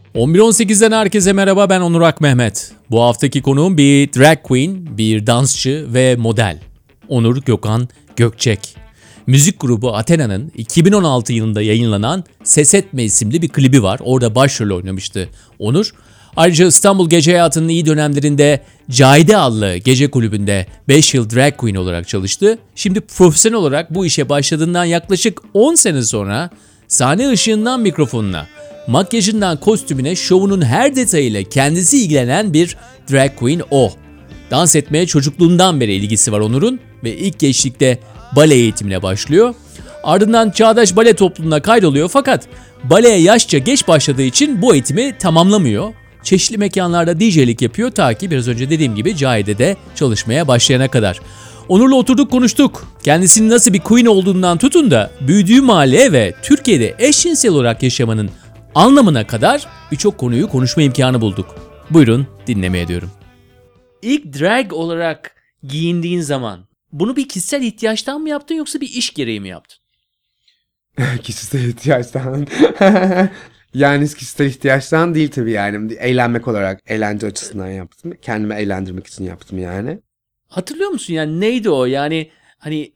11.18'den herkese merhaba, ben Onur Akmehmet. Bu haftaki konuğum bir drag queen, bir dansçı ve model. Onur Gökhan Gökçek. Müzik grubu Athena'nın 2016 yılında yayınlanan Ses Etme isimli bir klibi var. Orada başrol oynamıştı Onur. Ayrıca İstanbul gece hayatının iyi dönemlerinde Cahide adlı gece kulübünde 5 yıl drag queen olarak çalıştı. Şimdi profesyonel olarak bu işe başladığından yaklaşık 10 sene sonra sahne ışığından mikrofonuna, makyajından kostümüne, şovunun her detayıyla kendisi ilgilenen bir drag queen o. Dans etmeye çocukluğundan beri ilgisi var Onur'un ve ilk gençlikte bale eğitimine başlıyor. Ardından Çağdaş Bale Topluluğu'na kaydoluyor fakat baleye yaşça geç başladığı için bu eğitimi tamamlamıyor. Çeşitli mekanlarda DJ'lik yapıyor ta ki biraz önce dediğim gibi Cahide'de çalışmaya başlayana kadar. Onur'la oturduk konuştuk. Kendisinin nasıl bir queen olduğundan tutun da büyüdüğü mahalleye ve Türkiye'de eşcinsel olarak yaşamanın anlamına kadar birçok konuyu konuşma imkanı bulduk. Buyurun dinlemeye diyorum. İlk drag olarak giyindiğin zaman bunu bir kişisel ihtiyaçtan mı yaptın yoksa bir iş gereği mi yaptın? Kişisel ihtiyaçtan. Yani kişisel ihtiyaçtan değil tabii yani. Eğlenmek olarak, eğlence açısından yaptım. Kendimi eğlendirmek için yaptım yani. Hatırlıyor musun yani neydi o? Yani hani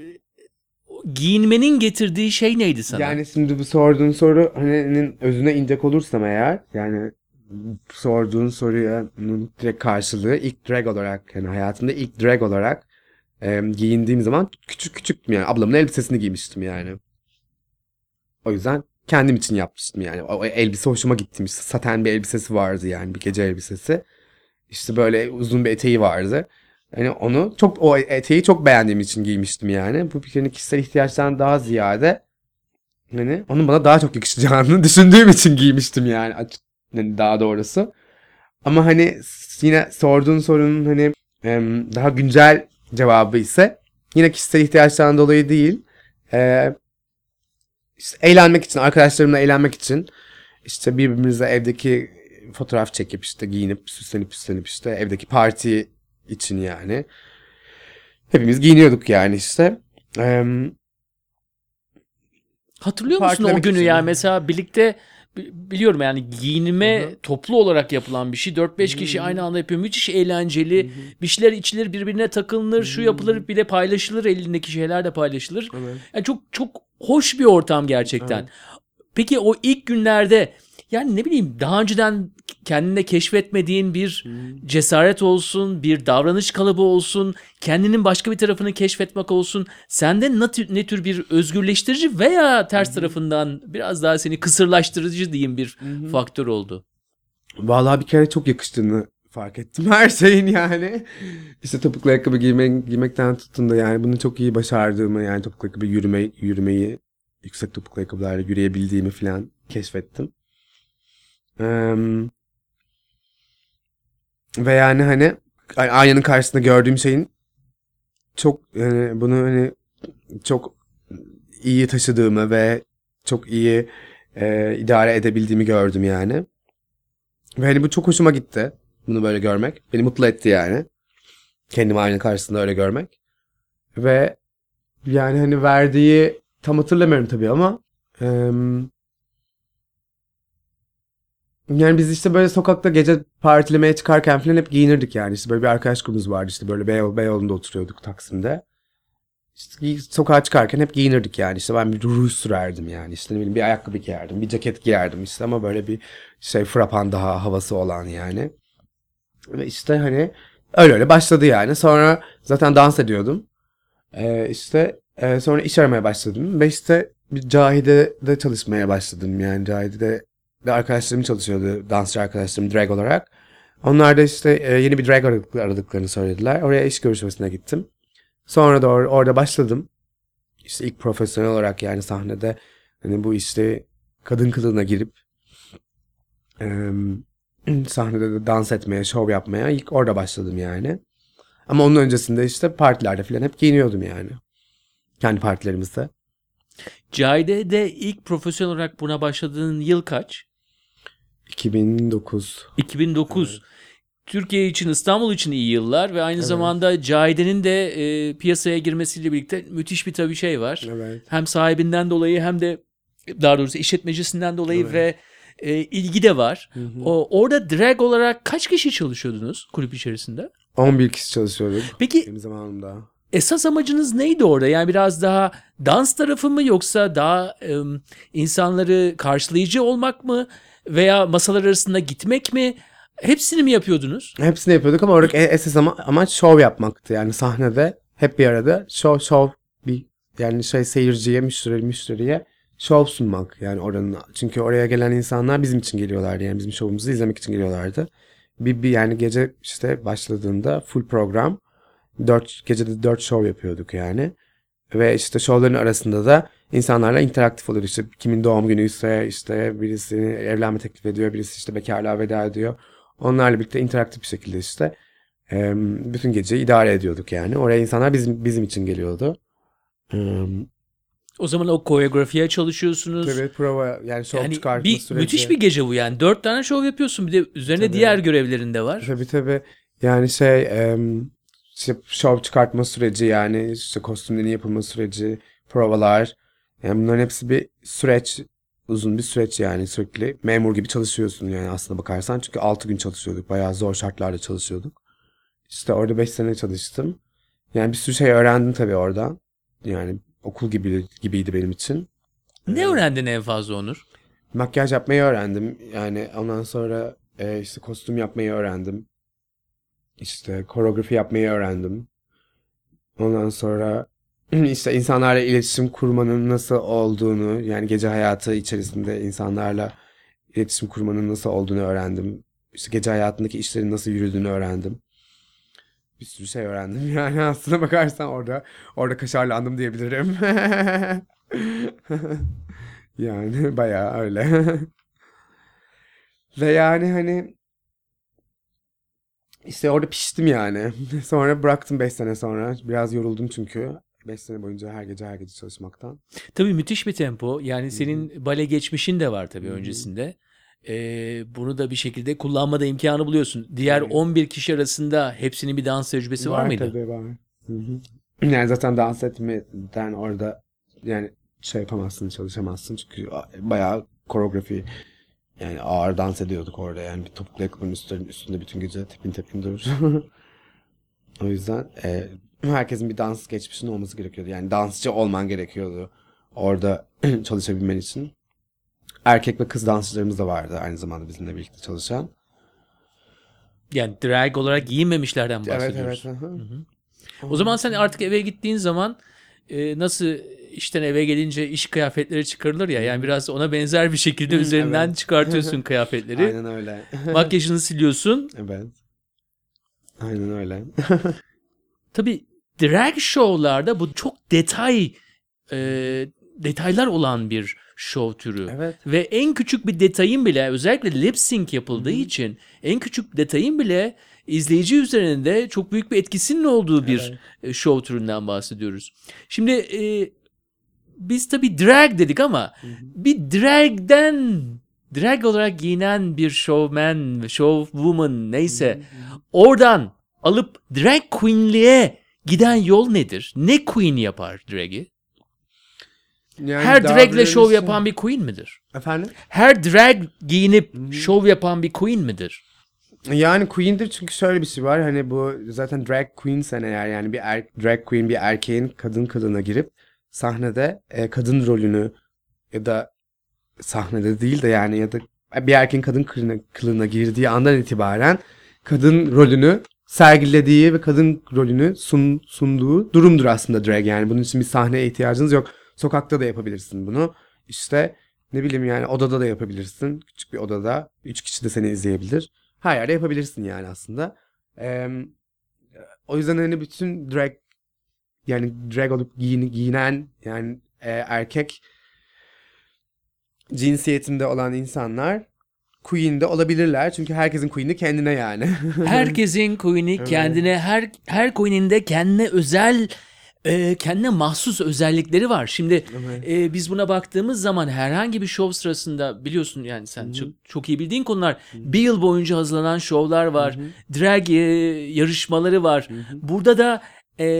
giyinmenin getirdiği şey neydi sana? Yani şimdi bu sorduğun soru hani özüne inecek olursam eğer yani sorduğun soruya direkt karşılığı ilk drag olarak yani hayatımda ilk drag olarak giyindiğim zaman küçüktüm yani ablamın elbisesini giymiştim yani. O yüzden kendim için yapmıştım yani. O elbise hoşuma gitmiş. Saten bir elbisesi vardı yani bir gece elbisesi. İşte böyle uzun bir eteği vardı. Yani o eteği çok beğendiğim için giymiştim yani. Bu bir kişisel ihtiyaçtan daha ziyade hani onun bana daha çok yakışacağını düşündüğüm için giymiştim yani daha doğrusu. Ama hani yine sorduğun sorunun hani daha güncel cevabı ise yine kişisel ihtiyaçtan dolayı değil. İşte eğlenmek için, arkadaşlarımla eğlenmek için işte birbirimize evdeki fotoğraf çekip işte giyinip süslenip işte evdeki parti için yani. Hepimiz giyiniyorduk yani işte. Hatırlıyor musun o günü için. yani mesela birlikte biliyorum yani giyinme toplu olarak yapılan bir şey. 4-5 kişi aynı anda yapıyor. Müthiş eğlenceli. Bir şeyler içilir, birbirine takılır, şu yapılır, bir de paylaşılır. Elindeki şeyler de paylaşılır. Evet. Yani çok çok hoş bir ortam gerçekten. Evet. Peki o ilk günlerde yani ne bileyim daha önceden kendine keşfetmediğin bir cesaret olsun, bir davranış kalıbı olsun, kendinin başka bir tarafını keşfetmek olsun. Sende ne tür bir özgürleştirici veya ters tarafından biraz daha seni kısırlaştırıcı diyeyim bir faktör oldu? Vallahi bir kere çok yakıştığını fark ettim her şeyin yani. İşte topuklu ayakkabı giymekten tutun da yani bunu çok iyi başardığımı yani topuklu ayakkabı yürümeyi yüksek topuklu ayakkabılarla yürüyebildiğimi falan keşfettim. Ve yani hani aynanın karşısında gördüğüm şeyin çok bunu hani çok iyi taşıdığımı ve çok iyi idare edebildiğimi gördüm yani. Ve hani bu çok hoşuma gitti. Bunu böyle görmek. Beni mutlu etti yani. Kendimi aynanın karşısında öyle görmek. Ve yani hani verdiği tam hatırlamıyorum tabii ama yani biz işte böyle sokakta gece partilemeye çıkarken falan hep giyinirdik yani. İşte böyle bir arkadaş grubumuz vardı işte böyle Beyoğlu'nda oturuyorduk Taksim'de. İşte sokağa çıkarken hep giyinirdik yani. İşte ben bir ruj sürerdim yani. İşte ne bileyim bir ayakkabı giyerdim, bir ceket giyerdim işte ama böyle bir frapan daha havası olan yani. Ve işte hani öyle başladı yani. Sonra zaten dans ediyordum. Sonra iş aramaya başladım. Ve işte bir Cahide'de çalışmaya başladım yani. Cahide'de de arkadaşlarım çalışıyordu. Dansçı arkadaşlarım drag olarak. Onlar da işte yeni bir drag aradıklarını söylediler. Oraya iş görüşmesine gittim. Sonra da orada başladım. İşte ilk profesyonel olarak yani sahnede hani bu işte kadın kılığına girip sahnede de dans etmeye, şov yapmaya ilk orada başladım yani. Ama onun öncesinde işte partilerde falan hep giyiniyordum yani. Kendi partilerimizde. Cahide'de ilk profesyonel olarak buna başladığın yıl kaç? 2009. 2009. Evet. Türkiye için, İstanbul için iyi yıllar ve aynı zamanda Cahide'nin de piyasaya girmesiyle birlikte müthiş bir tabii şey var. Evet. Hem sahibinden dolayı hem de daha doğrusu işletmecisinden dolayı ve ilgi de var. Orada drag olarak kaç kişi çalışıyordunuz kulüp içerisinde? 11 kişi çalışıyorduk Peki benim zamanımda. esas amacınız neydi orada? Yani biraz daha dans tarafı mı yoksa daha insanları karşılayıcı olmak mı? Veya masalar arasında gitmek mi? Hepsini mi yapıyordunuz? Hepsini yapıyorduk ama orada esas amaç şov yapmaktı. Yani sahnede hep bir arada şov bir yani seyirciye, müşteriye şov sunmak. Yani oranın çünkü oraya gelen insanlar bizim için geliyorlardı. Yani bizim şovumuzu izlemek için geliyorlardı. Yani gece işte başladığında full program gecede 4 şov yapıyorduk yani. Ve işte şovların arasında da insanlarla interaktif oluyor. İşte kimin doğum günüyse işte birisi evlenme teklif ediyor, birisi işte bekarlığa veda ediyor. Onlarla birlikte interaktif bir şekilde işte bütün geceyi idare ediyorduk yani. Oraya insanlar bizim için geliyordu. O zaman o koreografiye çalışıyorsunuz. Tabii prova yani şov çıkartma süreci. Müthiş bir gece bu yani. 4 tane şov yapıyorsun. Bir de üzerine diğer görevlerin de var. Tabii. Yani işte şov çıkartma süreci yani işte kostümlerin yapılma süreci, provalar. Yani bunların hepsi bir süreç. Uzun bir süreç yani sürekli memur gibi çalışıyorsun yani aslına bakarsan. Çünkü 6 gün çalışıyorduk. Bayağı zor şartlarda çalışıyorduk. İşte orada 5 sene çalıştım. Yani bir sürü şey öğrendim tabii oradan. Yani okul gibiydi benim için. Ne öğrendin en fazla Onur? Makyaj yapmayı öğrendim. Yani ondan sonra işte kostüm yapmayı öğrendim. İşte koreografi yapmayı öğrendim. Ondan sonra işte insanlarla iletişim kurmanın nasıl olduğunu, yani gece hayatı içerisinde insanlarla iletişim kurmanın nasıl olduğunu öğrendim. İşte gece hayatındaki işlerin nasıl yürüdüğünü öğrendim. Bir sürü şey öğrendim. Yani aslına bakarsan orada kaşarlandım diyebilirim. Yani bayağı öyle. Ve yani hani işte orada piştim yani. Sonra bıraktım 5 sene sonra. Biraz yoruldum çünkü. 5 sene boyunca her gece çalışmaktan. Tabii müthiş bir tempo. Yani senin bale geçmişin de var tabii öncesinde. Bunu da bir şekilde kullanmada imkanı buluyorsun. Diğer 11 kişi arasında hepsinin bir dans tecrübesi var mıydı? Tabii var. Yani zaten dans etmeden orada yani şey yapamazsın, çalışamazsın. Çünkü bayağı koreografi yani ağır dans ediyorduk orada. Yani bir topuklu ayakkabının üstünde bütün gece tepin durur. O yüzden herkesin bir dans geçmişinin olması gerekiyordu. Yani dansçı olman gerekiyordu orada çalışabilmen için. Erkek ve kız dansçılarımız da vardı aynı zamanda bizimle birlikte çalışan. Yani drag olarak giyinmemişlerden bahsediyoruz. Evet. O zaman sen artık eve gittiğin zaman nasıl işten eve gelince iş kıyafetleri çıkarılır ya. Yani biraz ona benzer bir şekilde üzerinden çıkartıyorsun kıyafetleri. Aynen öyle. Makyajını siliyorsun. Evet. Aynen öyle. Tabii drag show'larda bu çok detaylar olan bir show türü. Evet. Ve en küçük bir detayın bile özellikle lip sync yapıldığı için en küçük detayın bile izleyici üzerinde çok büyük bir etkisinin olduğu bir show türünden bahsediyoruz. Şimdi biz tabii drag dedik ama bir drag olarak giyinen bir showman, showwoman neyse oradan alıp drag queenliğe giden yol nedir? Ne queen yapar drag'i? Yani Her dragle şov yapan bir queen midir? Efendim? Her drag giyinip şov yapan bir queen midir? Yani queen'dir çünkü şöyle bir şey var. Hani bu zaten drag queensen eğer yani bir drag queen bir erkeğin kadın kılığına girip sahnede kadın rolünü ya da sahnede değil de yani ya da bir erkeğin kadın kılığına girdiği andan itibaren kadın rolünü sergilediği ve kadın rolünü sunduğu durumdur aslında drag. Yani bunun için bir sahneye ihtiyacınız yok. Sokakta da yapabilirsin bunu. İşte ne bileyim yani odada da yapabilirsin. Küçük bir odada 3 kişi de seni izleyebilir. Her yerde yapabilirsin yani aslında. O yüzden hani bütün drag olup giyinen yani erkek cinsiyetinde olan insanlar queen'de olabilirler. Çünkü herkesin queen'i kendine yani. Herkesin queen'i kendine, her queen'in de kendine özel, kendine mahsus özellikleri var. Şimdi biz buna baktığımız zaman herhangi bir şov sırasında biliyorsun yani sen çok iyi bildiğin konular. Bir yıl boyunca hazırlanan şovlar var. Drag yarışmaları var. Burada da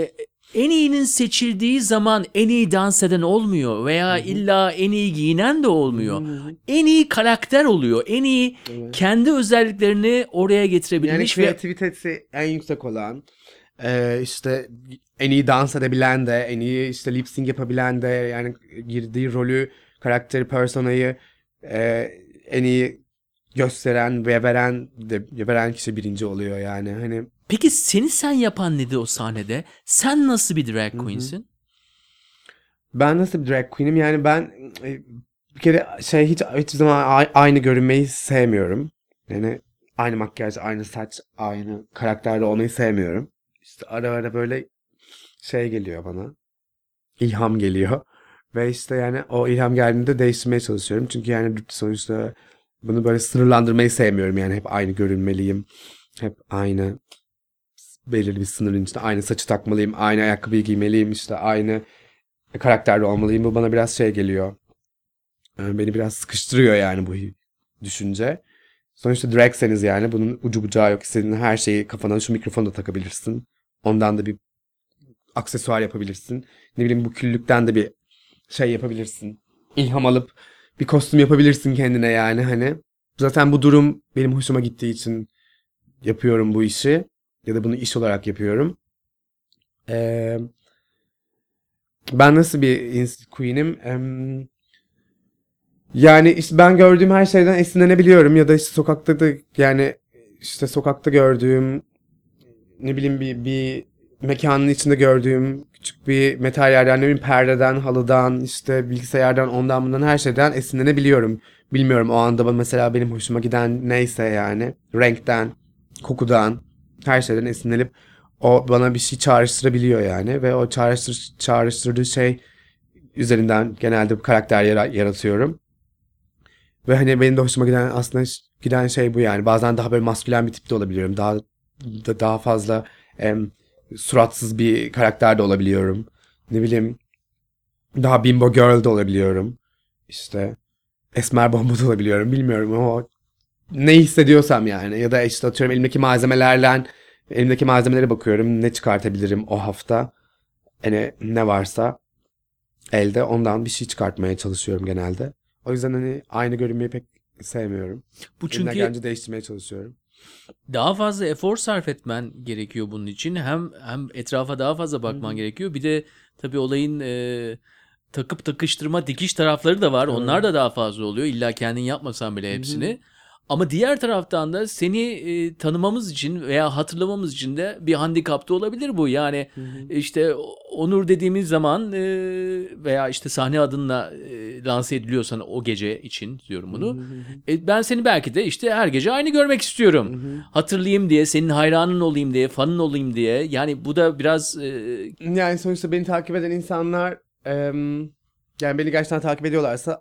en iyinin seçildiği zaman en iyi dans eden olmuyor veya illa en iyi giyinen de olmuyor. En iyi karakter oluyor. En iyi kendi özelliklerini oraya Yani getirebilmiş ve kreativitesi en yüksek olan, işte en iyi dans edebilen de, en iyi işte lip sync yapabilen de, yani girdiği rolü, karakteri, personayı en iyi gösteren ve veren kişi birinci oluyor yani. Hani peki seni sen yapan nedir o sahnede? Sen nasıl bir drag queen'sin? ben nasıl bir drag queen'im? Yani ben bir kere hiçbir zaman aynı görünmeyi sevmiyorum. Yani aynı makyaj, aynı saç, aynı karakterde olmayı sevmiyorum. İşte ara ara böyle geliyor bana. İlham geliyor. Ve işte yani o ilham geldiğinde değiştirmeye çalışıyorum. Çünkü yani sonuçta bunu böyle sınırlandırmayı sevmiyorum. Yani hep aynı görünmeliyim. Hep aynı belirli bir sınırın içinde aynı saçı takmalıyım. Aynı ayakkabıyı giymeliyim. İşte aynı karakterde olmalıyım. Bu bana biraz geliyor. Beni biraz sıkıştırıyor yani bu düşünce. Sonuçta dragseniz yani bunun ucu bucağı yok. İstediğin her şeyi kafana, şu mikrofonu da takabilirsin. Ondan da bir aksesuar yapabilirsin. Ne bileyim bu küllükten de bir yapabilirsin. İlham alıp bir kostüm yapabilirsin kendine yani hani. Zaten bu durum benim hoşuma gittiği için yapıyorum bu işi. Ya da bunu iş olarak yapıyorum. Ee, Ben nasıl bir queen'im? Yani işte ben gördüğüm her şeyden esinlenebiliyorum. Ya da işte sokakta da yani işte sokakta gördüğüm ne bileyim bir mekanın içinde gördüğüm küçük bir materyalden, ne bileyim perdeden, halıdan, işte bilgisayardan, ondan bundan her şeyden esinlenebiliyorum. Bilmiyorum o anda mesela benim hoşuma giden neyse yani renkten, kokudan, her şeyden esinlenip o bana bir şey çağrıştırabiliyor yani ve o çağrıştırdığı şey üzerinden genelde bir karakter yaratıyorum. Ve hani benim de hoşuma giden aslında giden şey bu yani. Bazen daha böyle maskülen bir tipte olabiliyorum. Daha fazla suratsız bir karakter de olabiliyorum. Ne bileyim daha bimbo girl de olabiliyorum. İşte esmer bomba da olabiliyorum. Bilmiyorum ama ne hissediyorsam yani. Ya da işte atıyorum elimdeki malzemelere bakıyorum. Ne çıkartabilirim o hafta. Hani ne varsa elde ondan bir şey çıkartmaya çalışıyorum genelde. O yüzden hani aynı görünmeyi pek sevmiyorum. Bu Elimden çünkü gelince değiştirmeye çalışıyorum. daha fazla efor sarf etmen gerekiyor bunun için. Hem etrafa daha fazla bakman gerekiyor. Bir de tabii olayın takıp takıştırma, dikiş tarafları da var. Evet. Onlar da daha fazla oluyor. İlla kendin yapmasan bile hepsini. Ama diğer taraftan da seni tanımamız için veya hatırlamamız için de bir handikap da olabilir bu. Yani işte Onur dediğimiz zaman veya işte sahne adınla lanse ediliyorsan o gece için diyorum bunu. Ben seni belki de işte her gece aynı görmek istiyorum. Hatırlayayım diye, senin hayranın olayım diye, fanın olayım diye. Yani bu da biraz Yani sonuçta beni takip eden insanlar yani beni gerçekten takip ediyorlarsa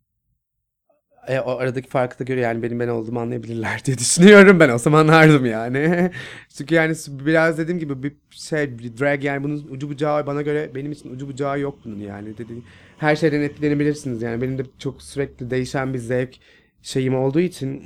o aradaki farkı da görüyor yani benim ben olduğumu anlayabilirler diye düşünüyorum. Ben olsam anlardım yani. Çünkü yani biraz dediğim gibi bir drag yani bunun ucu bucağı bana göre benim için ucu bucağı yok bunun yani. Her şeyden etkilenebilirsiniz yani benim de çok sürekli değişen bir zevk şeyim olduğu için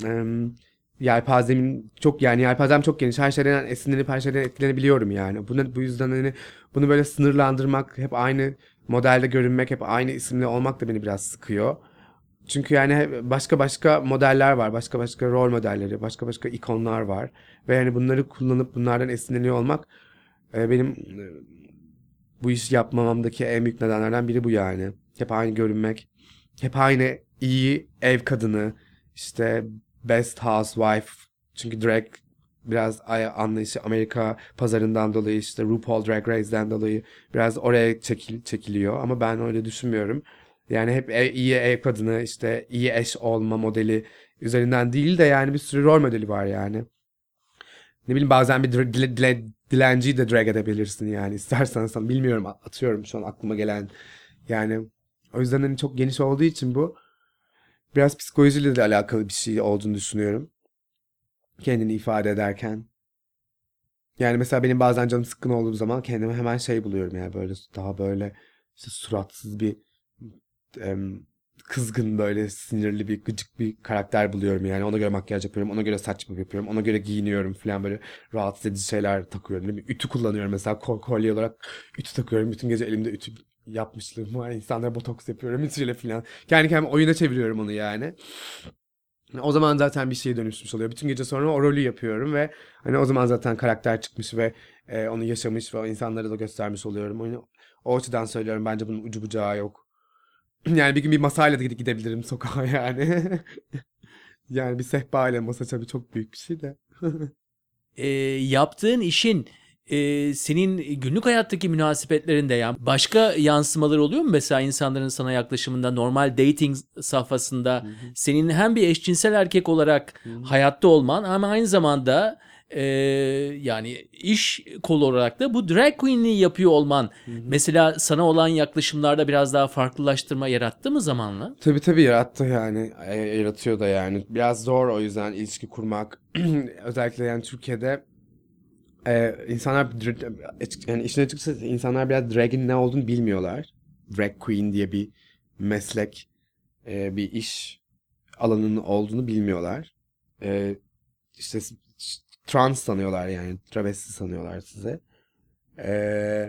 yelpazem çok geniş. Her şeyden esinlenip her şeyden etkilenebiliyorum yani. Bu yüzden hani bunu böyle sınırlandırmak, hep aynı modelde görünmek, hep aynı isimle olmak da beni biraz sıkıyor. Çünkü yani başka başka modeller var, başka başka rol modelleri, başka başka ikonlar var. Ve yani bunları kullanıp bunlardan esinleniyor olmak benim bu işi yapmamamdaki en büyük nedenlerden biri bu yani. Hep aynı görünmek, hep aynı iyi ev kadını, işte best housewife. Çünkü drag biraz anlayışı Amerika pazarından dolayı işte RuPaul Drag Race'den dolayı biraz oraya çekiliyor. Ama ben öyle düşünmüyorum. Yani hep iyi ev kadını işte iyi eş olma modeli üzerinden değil de yani bir sürü rol modeli var yani. Ne bileyim bazen bir dilenciyi de drag edebilirsin yani istersen sana bilmiyorum atıyorum şu an aklıma gelen yani o yüzden hani çok geniş olduğu için bu biraz psikolojiyle de alakalı bir şey olduğunu düşünüyorum. Kendini ifade ederken. Yani mesela benim bazen canım sıkkın olduğu zaman kendime hemen buluyorum yani böyle daha böyle işte suratsız bir kızgın böyle sinirli bir gıcık bir karakter buluyorum yani. Ona göre makyaj yapıyorum, ona göre saç yapıyorum, ona göre giyiniyorum falan böyle rahatsız edici şeyler takıyorum. Değil mi? Ütü kullanıyorum mesela kolye olarak ütü takıyorum. Bütün gece elimde ütü yapmışlığım var. İnsanlara botoks yapıyorum ütüyle falan. Kendi kendime oyuna çeviriyorum onu yani. O zaman zaten bir şeye dönüşmüş oluyor. Bütün gece sonra o rolü yapıyorum ve hani o zaman zaten karakter çıkmış ve onu yaşamış ve o insanlara da göstermiş oluyorum. O açıdan söylüyorum bence bunun ucu bucağı yok. Yani bir gün bir masayla da gidebilirim sokağa yani. Yani bir sehpa ile masa tabii çok büyük bir şey de. Yaptığın işin senin günlük hayattaki münasebetlerinde yani başka yansımalar oluyor mu? Mesela insanların sana yaklaşımında normal dating safhasında senin hem bir eşcinsel erkek olarak hayatta olman ama aynı zamanda yani iş kolu olarak da bu drag queenliği yapıyor olman mesela sana olan yaklaşımlarda biraz daha farklılaştırma yarattı mı zamanla? Tabii yarattı yani. Yaratıyor da yani. Biraz zor o yüzden ilişki kurmak. Özellikle yani Türkiye'de insanlar yani işin açıkçası insanlar biraz drag'in ne olduğunu bilmiyorlar. Drag queen diye bir meslek, bir iş alanının olduğunu bilmiyorlar. İşte trans sanıyorlar yani travesti sanıyorlar size. E,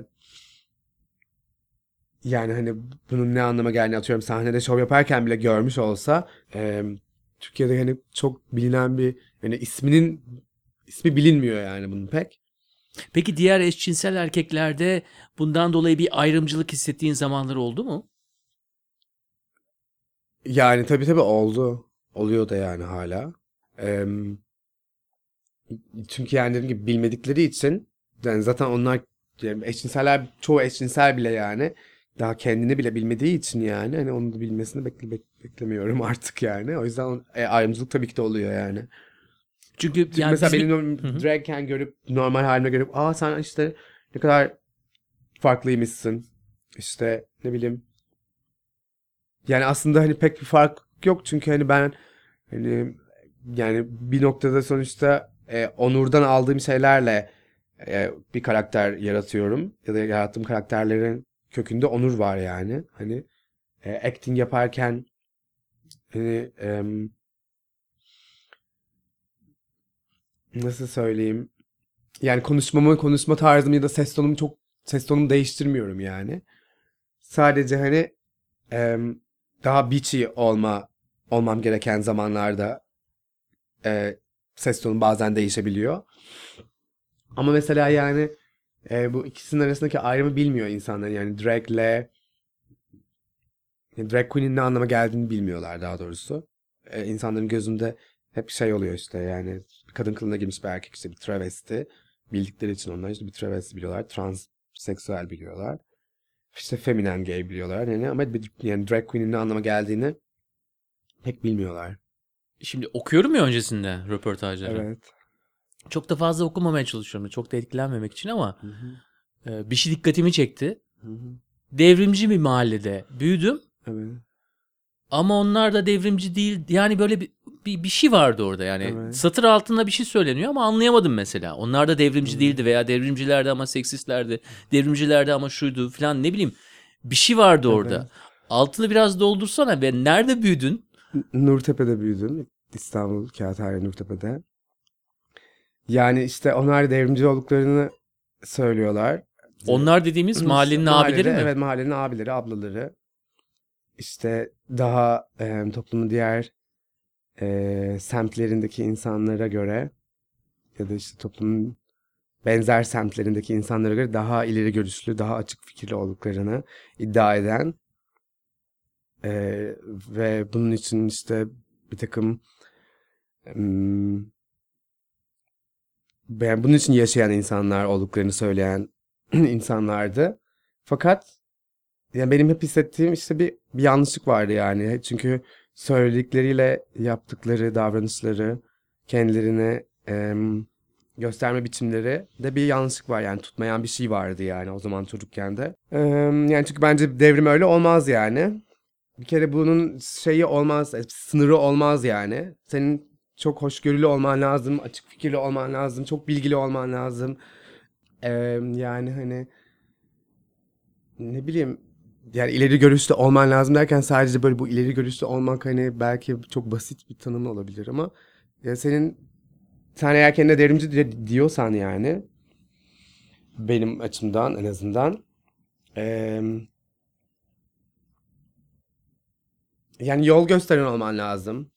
Yani hani bunun ne anlama geldiğini atıyorum sahnede şov yaparken bile görmüş olsa Türkiye'de hani çok bilinen bir hani ismi bilinmiyor yani bunun pek. Peki diğer eşcinsel erkeklerde bundan dolayı bir ayrımcılık hissettiğin zamanlar oldu mu? Yani tabii oldu. Oluyor da yani hala. Em, Çünkü yani dediğim gibi bilmedikleri için yani zaten onlar yani çoğu eşcinsel bile yani daha kendini bile bilmediği için yani hani onu da bilmesini beklemiyorum artık yani. O yüzden ayrımcılık tabii ki de oluyor yani. Çünkü Çünkü yani mesela biz benim dragken görüp normal halime görüp sen işte ne kadar farklıymışsın. İşte ne bileyim. Yani aslında hani pek bir fark yok çünkü hani ben hani yani bir noktada sonuçta onurdan aldığım şeylerle bir karakter yaratıyorum ya da yarattığım karakterlerin kökünde onur var yani. Hani acting yaparken hani nasıl söyleyeyim? Yani konuşma tarzımı ya da ses tonumu değiştirmiyorum yani. Sadece hani daha bitchy olmam gereken zamanlarda e, ses tonum bazen değişebiliyor. Ama mesela yani bu ikisinin arasındaki ayrımı bilmiyor insanlar. Yani drag queen'in ne anlama geldiğini bilmiyorlar daha doğrusu. İnsanların gözünde hep şey oluyor işte yani kadın kılığına girmiş bir erkek işte bir travesti. Bildikleri için onlar işte bir travesti biliyorlar. Transseksüel biliyorlar. İşte feminen gay biliyorlar. Yani drag queen'in ne anlama geldiğini pek bilmiyorlar. şimdi okuyorum ya öncesinde röportajları. Evet. Çok da fazla okumamaya çalışıyorum. Çok da etkilenmemek için ama Hı hı. bir şey dikkatimi çekti. Hı hı. Devrimci bir mahallede büyüdüm. Evet. Ama onlar da devrimci değil. Yani böyle bir şey vardı orada yani. Evet. Satır altında bir şey söyleniyor ama anlayamadım mesela. Onlar da devrimci Evet. değildi veya devrimcilerdi ama seksistlerdi. Devrimcilerdi ama şuydu falan ne bileyim. Bir şey vardı orada. Evet. Altını biraz doldursana be. Nerede büyüdün? Nurtepe'de büyüdüm. İstanbul Kağıthane Nurtepe'de. Yani işte onlar devrimci olduklarını söylüyorlar. Onlar dediğimiz mahallenin abileri Mahallede mi? evet mahallenin abileri, ablaları. İşte daha toplumun diğer semtlerindeki insanlara göre ya da işte toplumun benzer semtlerindeki insanlara göre daha ileri görüşlü, daha açık fikirli olduklarını iddia eden ve bunun için işte bir takım em, yani bunun için yaşayan insanlar olduklarını söyleyen insanlardı. Fakat yani benim hep hissettiğim işte bir yanlışlık vardı yani. Çünkü söyledikleriyle yaptıkları davranışları, kendilerine gösterme biçimleri de bir yanlışlık var. Yani tutmayan bir şey vardı yani o zaman çocukken de. Yani çünkü bence devrim öyle olmaz yani. Bir kere bunun şeyi olmaz, sınırı olmaz yani. Senin çok hoşgörülü olman lazım, açık fikirli olman lazım, çok bilgili olman lazım. Yani hani ne bileyim yani ileri görüşlü olman lazım derken sadece böyle bu ileri görüşlü olmak hani belki çok basit bir tanım olabilir ama ya sen eğer kendine devrimci diyorsan yani benim açımdan en azından yani yol gösteren olman lazım.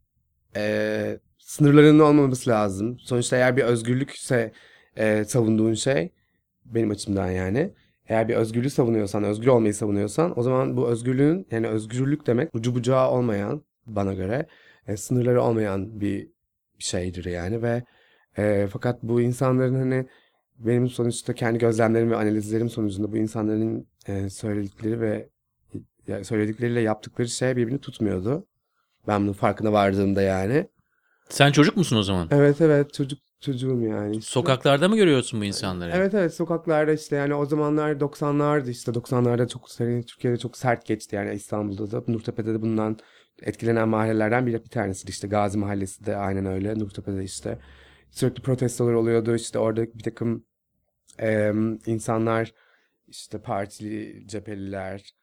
Sınırlarının olmaması lazım. Sonuçta eğer bir özgürlükse savunduğun şey benim açımdan yani. Eğer bir özgürlüğü savunuyorsan, özgür olmayı savunuyorsan o zaman bu özgürlüğün yani özgürlük demek ucu bucağı olmayan bana göre sınırları olmayan bir şeydir yani ve fakat bu insanların hani benim sonuçta kendi gözlemlerim ve analizlerim sonucunda bu insanların söyledikleri ve söyledikleriyle yaptıkları şey birbirini tutmuyordu. Ben bunun farkına vardığımda yani. Sen çocuk musun o zaman? Evet evet çocuğum yani işte. Sokaklarda mı görüyorsun bu insanları? Evet evet sokaklarda işte yani o zamanlar 90'lardı işte 90'larda çok Türkiye'de çok sert geçti yani İstanbul'da da Nurtepe'de de bundan etkilenen mahallelerden bir tanesiydi işte Gazi Mahallesi de aynen öyle Nurtepe'de işte sürekli protestolar oluyordu işte orada bir takım insanlar işte partili cepheliler.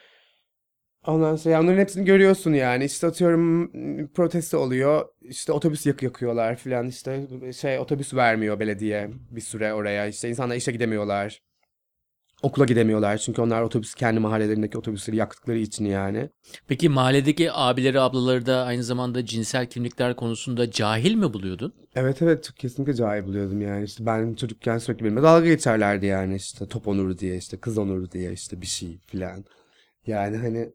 Ondan sonra onların hepsini görüyorsun yani. İşte atıyorum protesto oluyor. İşte otobüs yakıyorlar filan. İşte otobüs vermiyor belediye bir süre oraya. İşte insanlar işe gidemiyorlar. Okula gidemiyorlar. Çünkü onlar kendi mahallelerindeki otobüsleri yaktıkları için yani. Peki mahalledeki abileri ablaları da aynı zamanda cinsel kimlikler konusunda cahil mi buluyordun? Evet evet kesinlikle cahil buluyordum yani. İşte ben çocukken sürekli benimle dalga geçerlerdi yani. İşte top onuru diye işte kız onuru diye işte bir şey filan. Yani hani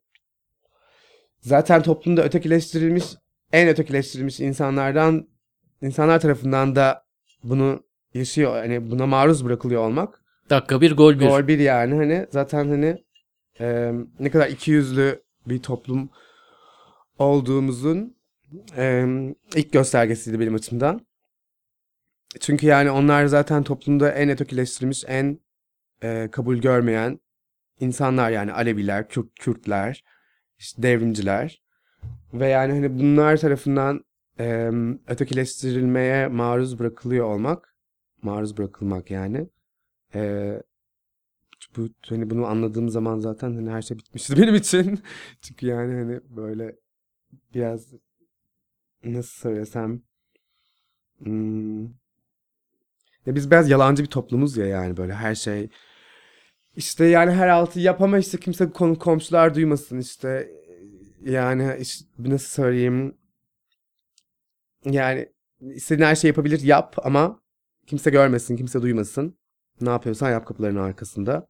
zaten toplumda en ötekileştirilmiş insanlar tarafından da bunu yaşıyor. Hani buna maruz bırakılıyor olmak. Dakika bir gol bir. Gol bir yani hani zaten hani ne kadar ikiyüzlü bir toplum olduğumuzun ilk göstergesiydi benim açımdan. Çünkü yani onlar zaten toplumda en ötekileştirilmiş, en kabul görmeyen insanlar yani Aleviler, Kürtler, işte devrimciler. Ve yani hani bunlar tarafından ötekileştirilmeye maruz bırakılmak yani. Eee, hani bunu anladığım zaman zaten hani her şey bitmişti benim için. Çünkü yani hani böyle biraz nasıl söylesem hmm, ya biz biraz yalancı bir toplumuz ya yani böyle her şey işte yani her altı yapama işte kimse komşular duymasın işte yani işte, nasıl söyleyeyim yani istediğin her şeyi yapabilir yap ama kimse görmesin, kimse duymasın. Ne yapıyorsan yap kapıların arkasında.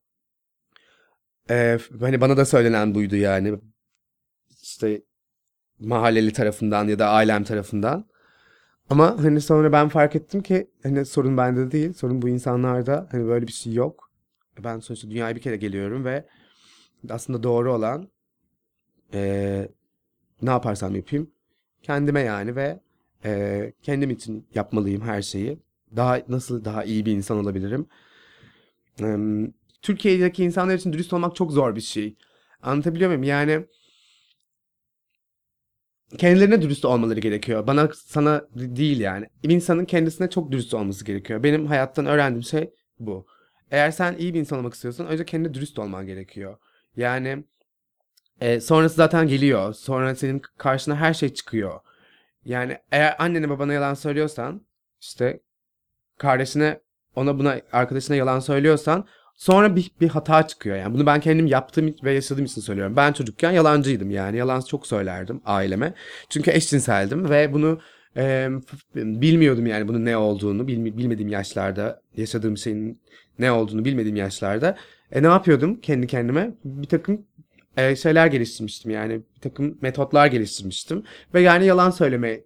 Hani bana da söylenen buydu yani. İşte mahalleli tarafından ya da ailem tarafından. Ama hani sonra ben fark ettim ki hani sorun bende değil, sorun bu insanlarda. Hani böyle bir şey yok. Ben sonuçta dünyaya bir kere geliyorum ve aslında doğru olan eee, ne yaparsam yapayım kendime yani ve kendim için yapmalıyım her şeyi. Nasıl daha iyi bir insan olabilirim? Türkiye'deki insanlar için dürüst olmak çok zor bir şey. Anlatabiliyor muyum? Yani kendilerine dürüst olmaları gerekiyor. Bana, sana değil yani. Bir insanın kendisine çok dürüst olması gerekiyor. Benim hayattan öğrendiğim şey bu. Eğer sen iyi bir insan olmak istiyorsan önce kendine dürüst olman gerekiyor. Yani sonrası zaten geliyor. Sonra senin karşına her şey çıkıyor. Yani eğer annene babana yalan söylüyorsan, işte kardeşine, ona buna, arkadaşına yalan söylüyorsan sonra bir hata çıkıyor yani. Bunu ben kendim yaptığım ve yaşadığım için söylüyorum. Ben çocukken yalancıydım yani. Yalan çok söylerdim aileme. Çünkü eşcinseldim ve bunu bilmiyordum yani bunun ne olduğunu. Bilmediğim yaşlarda, yaşadığım şeyin ne olduğunu bilmediğim yaşlarda. Ne yapıyordum kendi kendime? Bir takım şeyler geliştirmiştim yani. Bir takım metotlar geliştirmiştim. Ve yani yalan söylemeye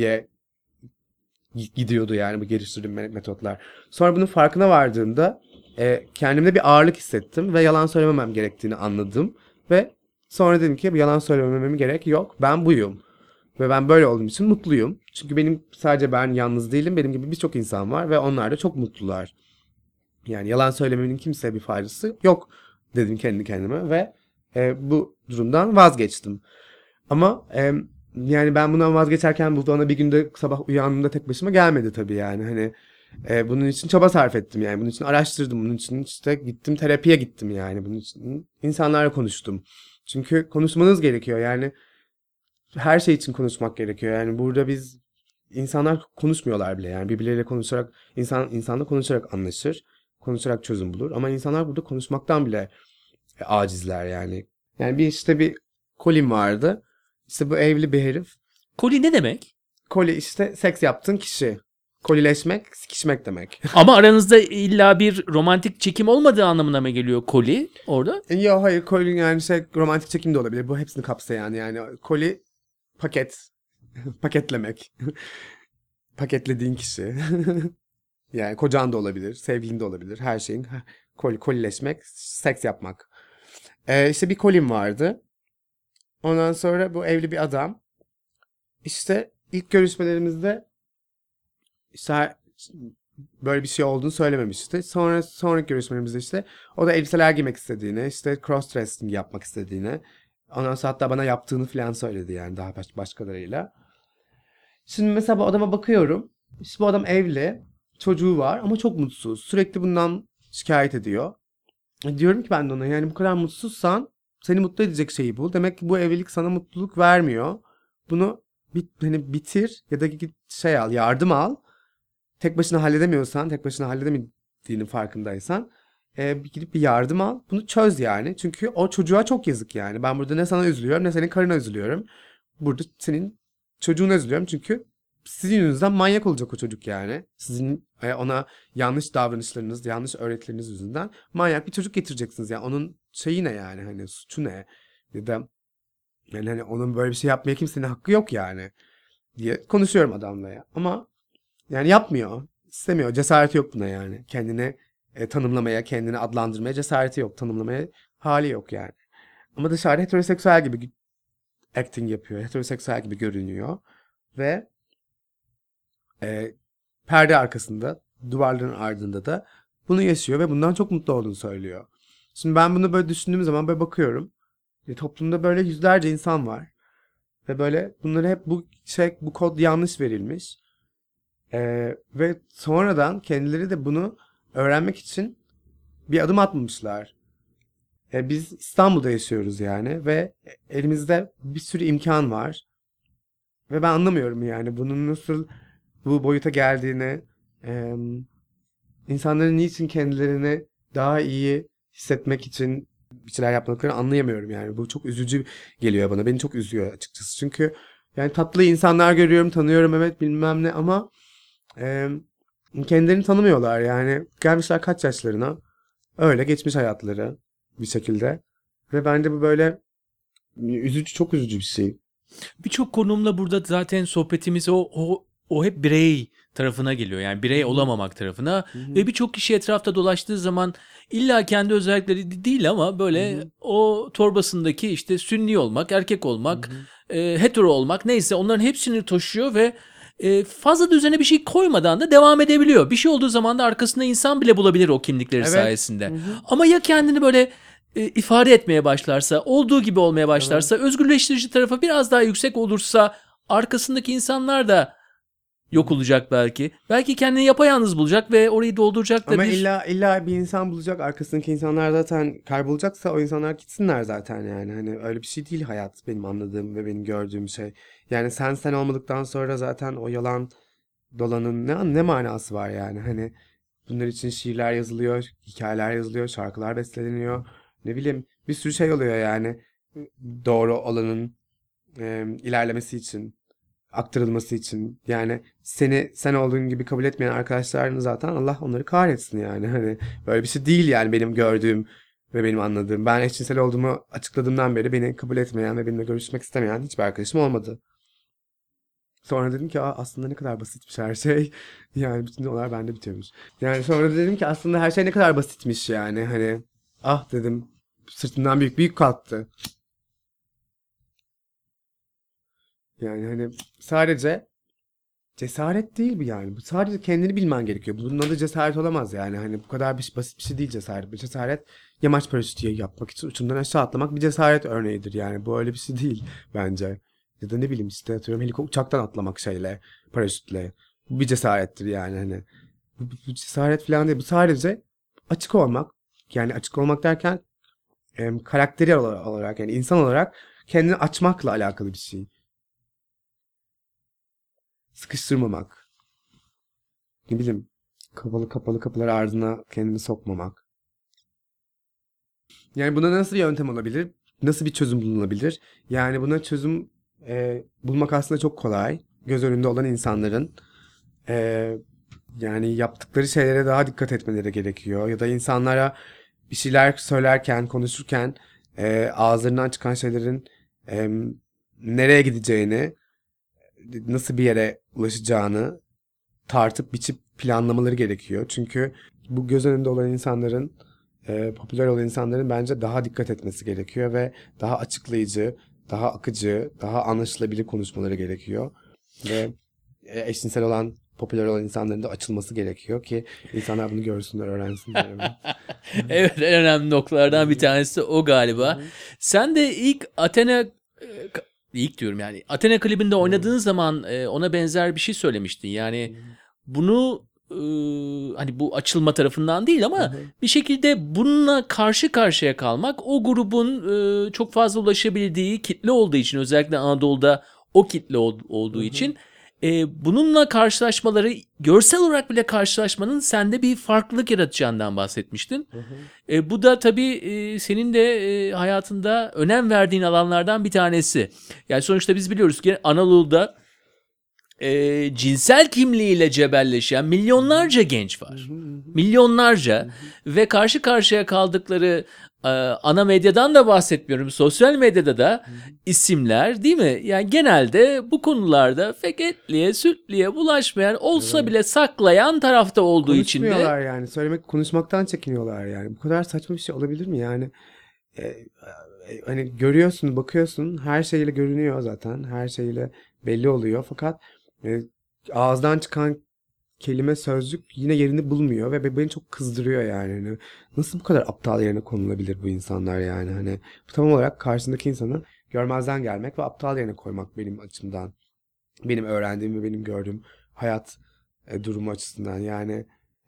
gidiyordu yani bu geliştirdiğim metotlar. Sonra bunun farkına vardığımda kendimde bir ağırlık hissettim ve yalan söylememem gerektiğini anladım. Ve sonra dedim ki yalan söylememem gerek yok. Ben buyum. Ve ben böyle olduğum için mutluyum. Çünkü sadece ben yalnız değilim. Benim gibi birçok insan var ve onlar da çok mutlular. Yani yalan söylemenin kimseye bir faydası yok dedim kendi kendime ve bu durumdan vazgeçtim. Ama yani ben bundan vazgeçerken bu bana bir günde sabah uyandığımda tek başıma gelmedi tabii yani. Hani Bunun için çaba sarf ettim yani. Bunun için araştırdım. Bunun için işte gittim, terapiye gittim yani. Bunun için insanlarla konuştum. Çünkü konuşmanız gerekiyor yani. Her şey için konuşmak gerekiyor. Yani burada insanlar konuşmuyorlar bile. Yani birbirleriyle konuşarak, insanla konuşarak anlaşır. Konuşarak çözüm bulur. Ama insanlar burada konuşmaktan bile acizler yani. Yani bir Colin vardı. İşte bu evli bir herif. Koli ne demek? Koli işte seks yaptığın kişi. Kolileşmek, sikişmek demek. Ama aranızda illa bir romantik çekim olmadığı anlamına mı geliyor koli orada? Yok hayır, koli yani romantik çekim de olabilir. Bu hepsini kapsayan yani. Koli paket. Paketlemek. Paketlediğin kişi. Yani kocan da olabilir, sevgilin de olabilir. Her şeyin kolileşmek, seks yapmak. İşte bir kolim vardı. Ondan sonra bu evli bir adam. İşte ilk görüşmelerimizde işte böyle bir şey olduğunu söylememişti. Sonraki görüşmelerimizde işte o da elbiseler giymek istediğini, işte cross dressing yapmak istediğini. Ondan sonra hatta bana yaptığını falan söyledi yani daha başkalarıyla. Şimdi mesela bu adama bakıyorum. İşte bu adam evli, çocuğu var ama çok mutsuz. Sürekli bundan şikayet ediyor. Diyorum ki ben de ona yani bu kadar mutsuzsan seni mutlu edecek şeyi bul. Demek ki bu evlilik sana mutluluk vermiyor. Bunu bitir ya da git al, yardım al. Tek başına halledemiyorsan, tek başına halledemediğinin farkındaysan gidip bir yardım al. Bunu çöz yani. Çünkü o çocuğa çok yazık yani. Ben burada ne sana üzülüyorum ne senin karına üzülüyorum. Burada senin çocuğuna üzülüyorum. Çünkü sizin yüzünüzden manyak olacak o çocuk yani. Sizin ona yanlış davranışlarınız, yanlış öğretileriniz yüzünden manyak bir çocuk getireceksiniz. Yani onun şeyi ne yani hani suçu ne? Ya da yani hani onun böyle bir şey yapmaya kimsenin hakkı yok yani diye konuşuyorum adamla ya. Ama yani yapmıyor. İstemiyor. Cesareti yok buna yani. Kendini tanımlamaya, kendini adlandırmaya cesareti yok. Tanımlamaya hali yok yani. Ama dışarıda heteroseksüel gibi acting yapıyor. Heteroseksüel gibi görünüyor. Ve perde arkasında, duvarların ardında da bunu yaşıyor ve bundan çok mutlu olduğunu söylüyor. Şimdi ben bunu böyle düşündüğüm zaman böyle bakıyorum. Toplumda böyle yüzlerce insan var. Ve böyle bunları hep bu kod yanlış verilmiş. Ve sonradan kendileri de bunu öğrenmek için bir adım atmamışlar. Biz İstanbul'da yaşıyoruz yani ve elimizde bir sürü imkan var. Ve ben anlamıyorum yani bunun nasıl bu boyuta geldiğini, insanların niçin kendilerini daha iyi hissetmek için bir şeyler yapmadıklarını anlayamıyorum yani. Bu çok üzücü geliyor bana. Beni çok üzüyor açıkçası. Çünkü yani tatlı insanlar görüyorum, tanıyorum evet bilmem ne ama kendilerini tanımıyorlar yani. Gelmişler kaç yaşlarına. Öyle geçmiş hayatları bir şekilde. Ve bence bu böyle üzücü, çok üzücü bir şey. Birçok konumla burada zaten sohbetimiz o hep birey tarafına geliyor. Yani birey olamamak tarafına ve birçok kişi etrafta dolaştığı zaman illa kendi özellikleri değil ama böyle o torbasındaki işte sünni olmak, erkek olmak, hetero olmak neyse onların hepsini taşıyor ve fazla da üzerine bir şey koymadan da devam edebiliyor. Bir şey olduğu zaman da arkasında insan bile bulabilir o kimlikleri sayesinde. Ama ya kendini böyle ifade etmeye başlarsa, olduğu gibi olmaya başlarsa, özgürleştirici tarafı biraz daha yüksek olursa arkasındaki insanlar da yok olacak belki. Belki kendini yapayalnız bulacak ve orayı dolduracak da ama illa bir insan bulacak. Arkasındaki insanlar zaten kaybolacaksa o insanlar gitsinler zaten yani. Hani öyle bir şey değil hayat benim anladığım ve benim gördüğüm şey. Yani sen olmadıktan sonra zaten o yalan dolanın ne manası var yani. Hani bunlar için şiirler yazılıyor, hikayeler yazılıyor, şarkılar besteleniyor. Ne bileyim bir sürü şey oluyor yani. Doğru olanın ilerlemesi için, aktarılması için. Yani sen olduğun gibi kabul etmeyen arkadaşlarını zaten Allah onları kahretsin yani. Hani böyle bir şey değil yani benim gördüğüm ve benim anladığım. Ben eşcinsel olduğumu açıkladığımdan beri beni kabul etmeyen ve benimle görüşmek istemeyen hiçbir arkadaşım olmadı. Sonra dedim ki aslında ne kadar basitmiş her şey. Yani bütün olay bende bitiyormuş. Yani sonra dedim ki aslında her şey ne kadar basitmiş yani. Hani dedim sırtımdan büyük kalktı. Yani hani sadece cesaret değil bu yani. Bu sadece kendini bilmen gerekiyor. Bunun adı cesaret olamaz yani. Hani bu kadar basit bir şey değil cesaret. Bu cesaret yamaç paraşütü yapmak için uçumdan aşağı atlamak bir cesaret örneğidir yani. Bu öyle bir şey değil bence. Ya da ne bileyim işte atıyorum uçaktan atlamak paraşütle. Bu bir cesarettir yani hani. Bu cesaret falan değil. Bu sadece açık olmak. Yani açık olmak derken karakteri olarak yani insan olarak kendini açmakla alakalı bir şey. Sıkıştırmamak. Ne bileyim, kapalı kapılar ardına kendini sokmamak. Yani buna nasıl bir yöntem olabilir? Nasıl bir çözüm bulunabilir? Yani buna çözüm bulmak aslında çok kolay. Göz önünde olan insanların e, yani yaptıkları şeylere daha dikkat etmeleri gerekiyor. Ya da insanlara bir şeyler söylerken, konuşurken ağızlarından çıkan şeylerin e, nereye gideceğini, nasıl bir yere ulaşacağını tartıp biçip planlamaları gerekiyor. Çünkü bu göz önünde olan insanların, popüler olan insanların bence daha dikkat etmesi gerekiyor ve daha açıklayıcı, daha akıcı, daha anlaşılabilir konuşmaları gerekiyor. Ve eşcinsel olan, popüler olan insanların da açılması gerekiyor ki insanlar bunu görsünler, öğrensinler. Evet, en önemli noktalardan bir tanesi o galiba. Sen de ilk Athena ilk diyorum yani Athena klibinde oynadığın zaman ona benzer bir şey söylemiştin. Yani bunu hani bu açılma tarafından değil ama bir şekilde bununla karşı karşıya kalmak o grubun çok fazla ulaşabildiği kitle olduğu için, özellikle Anadolu'da o kitle olduğu için bununla karşılaşmaları, görsel olarak bile karşılaşmanın sende bir farklılık yaratacağından bahsetmiştin. Bu da tabii senin de hayatında önem verdiğin alanlardan bir tanesi. Yani sonuçta biz biliyoruz ki Anadolu'da cinsel kimliğiyle cebelleşen milyonlarca genç var. Milyonlarca ve karşı karşıya kaldıkları ana medyadan da bahsetmiyorum. Sosyal medyada da isimler, değil mi? Yani genelde bu konularda feketliğe, sütliğe bulaşmayan, olsa bile saklayan tarafta olduğu için de. Konuşmuyorlar yani. Konuşmaktan çekiniyorlar yani. Bu kadar saçma bir şey olabilir mi yani? Hani görüyorsun, bakıyorsun, her şeyle görünüyor zaten. Her şeyle belli oluyor. Fakat ağızdan çıkan kelime, sözcük yine yerini bulmuyor ve beni çok kızdırıyor yani. Hani nasıl bu kadar aptal yerine konulabilir bu insanlar yani? Hani tam olarak karşındaki insanı görmezden gelmek ve aptal yerine koymak benim açımdan. Benim öğrendiğim ve benim gördüğüm hayat durumu açısından yani.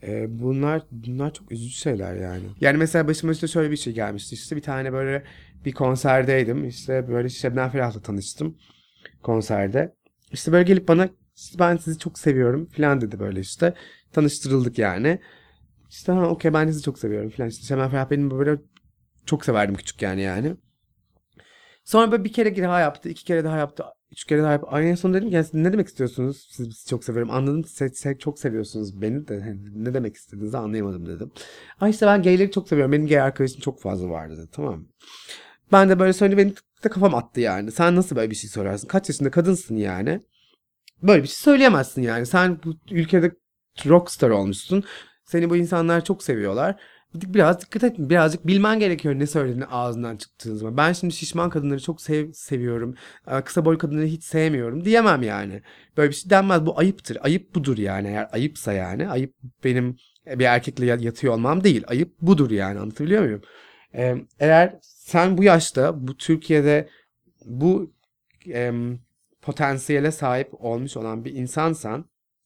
Bunlar çok üzücü şeyler yani. Yani mesela başıma işte şöyle bir şey gelmişti. İşte bir tane böyle bir konserdeydim. İşte böyle Şebnem Ferah'la tanıştım konserde. İşte böyle gelip bana işte ben sizi çok seviyorum falan dedi böyle işte. Tanıştırıldık yani. İşte ha okey, ben sizi çok seviyorum falan. İşte Şebnem Ferah benim böyle çok severdim küçükken yani. Sonra böyle bir kere daha yaptı, iki kere daha yaptı, üç kere daha yaptı. En son dedim ki yani siz ne demek istiyorsunuz? Sizi çok seviyorum. Anladım, siz çok seviyorsunuz beni de. Hani ne demek istediğinizi anlayamadım dedim. Ay işte ben gayleri çok seviyorum. Benim gay arkadaşım çok fazla var dedi. Tamam. Ben de böyle söyleyince benim de kafam attı yani. Sen nasıl böyle bir şey sorarsın? Kaç yaşında kadınsın yani? Böyle bir şey söyleyemezsin yani. Sen bu ülkede rockstar olmuşsun. Seni bu insanlar çok seviyorlar. Biraz dikkat et. Birazcık bilmen gerekiyor ne söylediğini ağzından çıktığın zaman. Ben şimdi şişman kadınları çok seviyorum. Kısa boylu kadınları hiç sevmiyorum diyemem yani. Böyle bir şey denmez. Bu ayıptır. Ayıp budur yani. Eğer ayıpsa yani. Ayıp benim bir erkekle yatıyor olmam değil. Ayıp budur yani. Anlatabiliyor muyum? Eğer sen bu yaşta, bu Türkiye'de bu potansiyele sahip olmuş olan bir insansan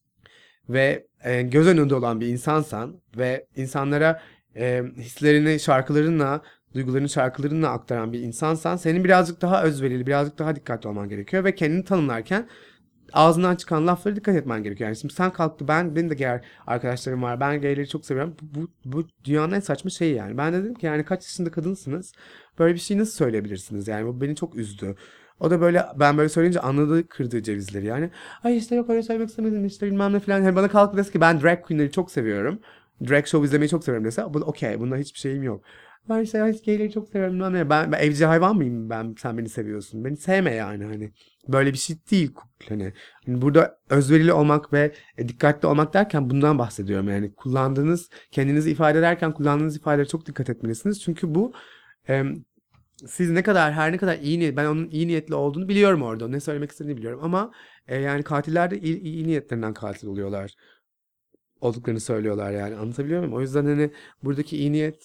ve göz önünde olan bir insansan ve insanlara hislerini şarkılarınla, duygularını şarkılarınla aktaran bir insansan, senin birazcık daha özverili, birazcık daha dikkatli olman gerekiyor ve kendini tanımlarken ağzından çıkan laflara dikkat etmen gerekiyor. Yani şimdi sen kalktı, benim de gay arkadaşlarım var, ben gayleri çok seviyorum. Bu dünyanın en saçma şeyi yani. Ben de dedim ki yani kaç yaşında kadınsınız? Böyle bir şey nasıl söyleyebilirsiniz? Yani bu beni çok üzdü. O da böyle, ben böyle söyleyince anladı, kırdığı cevizleri yani. Ay işte yok öyle söylemek istemedim işte bilmem ne falan. Yani bana kalktı dese ki ben drag queenleri çok seviyorum. Drag show izlemeyi çok seviyorum dese. Bu okey, bunda hiçbir şeyim yok. Ben işte gayleri çok seviyorum. Bilmem ne. Ben evcil hayvan mıyım ben, sen beni seviyorsun? Beni sevme yani hani. Böyle bir şey değil hani burada özverili olmak ve dikkatli olmak derken bundan bahsediyorum. Yani kendinizi ifade ederken kullandığınız ifadelere çok dikkat etmelisiniz. Çünkü bu siz her ne kadar ben onun iyi niyetli olduğunu biliyorum orada. Ne söylemek istediğini biliyorum ama yani katiller de iyi niyetlerinden katil olduklarını söylüyorlar yani. Anlatabiliyor muyum? O yüzden hani buradaki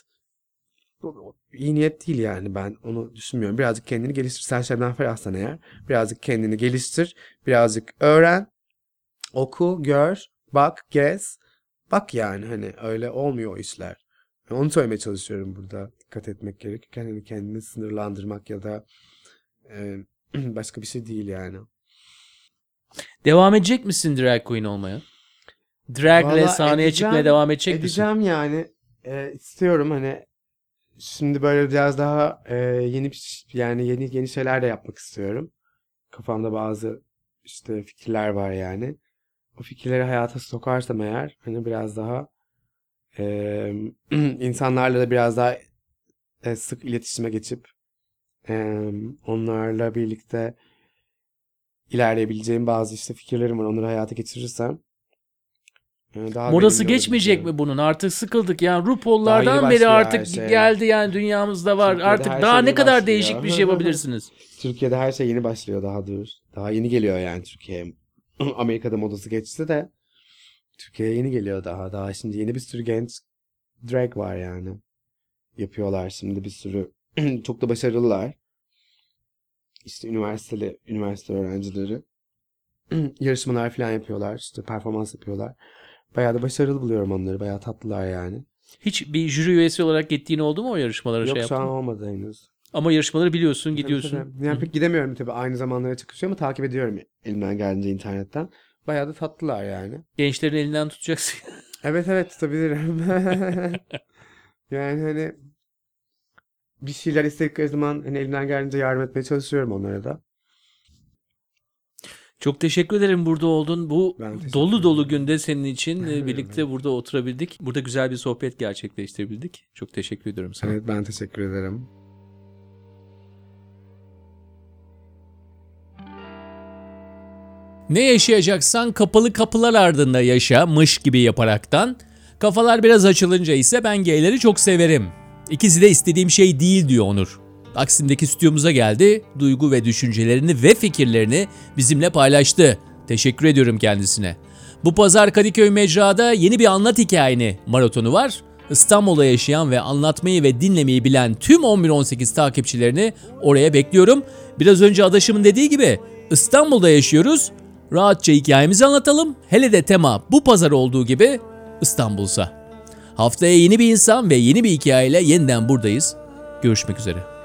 iyi niyet değil yani, ben onu düşünmüyorum. Birazcık kendini geliştir. Sen Şebnem Ferah'san eğer birazcık kendini geliştir. Birazcık öğren, oku, gör, bak, gez. bak yani hani öyle olmuyor o işler. Onu söylemeye çalışıyorum burada. Dikkat etmek gerekirken hani kendini sınırlandırmak ya da başka bir şey değil yani. Devam edecek misin drag queen olmaya? Dragle Valla sahneye çıkmaya devam edecek misin? edeceğim yani. İstiyorum hani şimdi böyle biraz daha yeni şeyler de yapmak istiyorum. Kafamda bazı işte fikirler var yani. O fikirleri hayata sokarsam eğer hani biraz daha insanlarla da biraz daha sık iletişime geçip onlarla birlikte ilerleyebileceğim bazı işte fikirlerim var. Onları hayata geçirirsem daha Modası verimli geçmeyecek olabileceğim. mi bunun? Artık sıkıldık. Yani Daha yeni RuPaul'lardan beri başlıyor her artık şey. geldi yani dünyamızda var. Türkiye'de Artık her daha şey ne yeni kadar değişik bir şey başlıyor. yapabilirsiniz? Türkiye'de her şey yeni başlıyor daha dur. Daha yeni geliyor yani Türkiye'ye. Amerika'da modası geçti de Türkiye'ye yeni geliyor daha. Daha şimdi yeni bir sürü genç drag var yani. Yapıyorlar şimdi bir sürü. Çok da başarılılar. İşte üniversite öğrencileri. Yarışmalar falan yapıyorlar. İşte performans yapıyorlar. Bayağı da başarılı buluyorum onları. Bayağı tatlılar yani. Hiç bir jüri üyesi olarak gittiğin oldu mu o yarışmalara Yok şey şu an yaptın? olmadı henüz. Ama yarışmaları biliyorsun, Tabii, gidiyorsun. tabii. Yani pek gidemiyorum tabii. Aynı zamanlara çıkışıyor ama takip ediyorum elimden geldiğince internetten. Bayağı da tatlılar yani. Gençlerin elinden tutacaksın. Evet evet tutabilirim. Yani hani bir şeyler istedikleri zaman hani elimden geldiğince yardım etmeye çalışıyorum onlara da. Çok teşekkür ederim burada oldun. Bu Ben teşekkür dolu dolu ederim. günde senin için birlikte burada oturabildik. Burada güzel bir sohbet gerçekleştirebildik. Çok teşekkür ediyorum sana. Evet ben teşekkür ederim. Ne yaşayacaksan kapalı kapılar ardında yaşamış gibi yaparaktan. Kafalar biraz açılınca ise ben gayleri çok severim. İkisi de istediğim şey değil diyor Onur. Taksim'deki stüdyomuza geldi, duygu ve düşüncelerini ve fikirlerini bizimle paylaştı. Teşekkür ediyorum kendisine. Bu pazar Kadıköy Mecra'da yeni bir anlat hikayeni maratonu var. İstanbul'da yaşayan ve anlatmayı ve dinlemeyi bilen tüm 11-18 takipçilerini oraya bekliyorum. Biraz önce adaşımın dediği gibi İstanbul'da yaşıyoruz. Rahatça hikayemizi anlatalım. Hele de tema bu pazar olduğu gibi İstanbul'sa. Haftaya yeni bir insan ve yeni bir hikayeyle yeniden buradayız. Görüşmek üzere.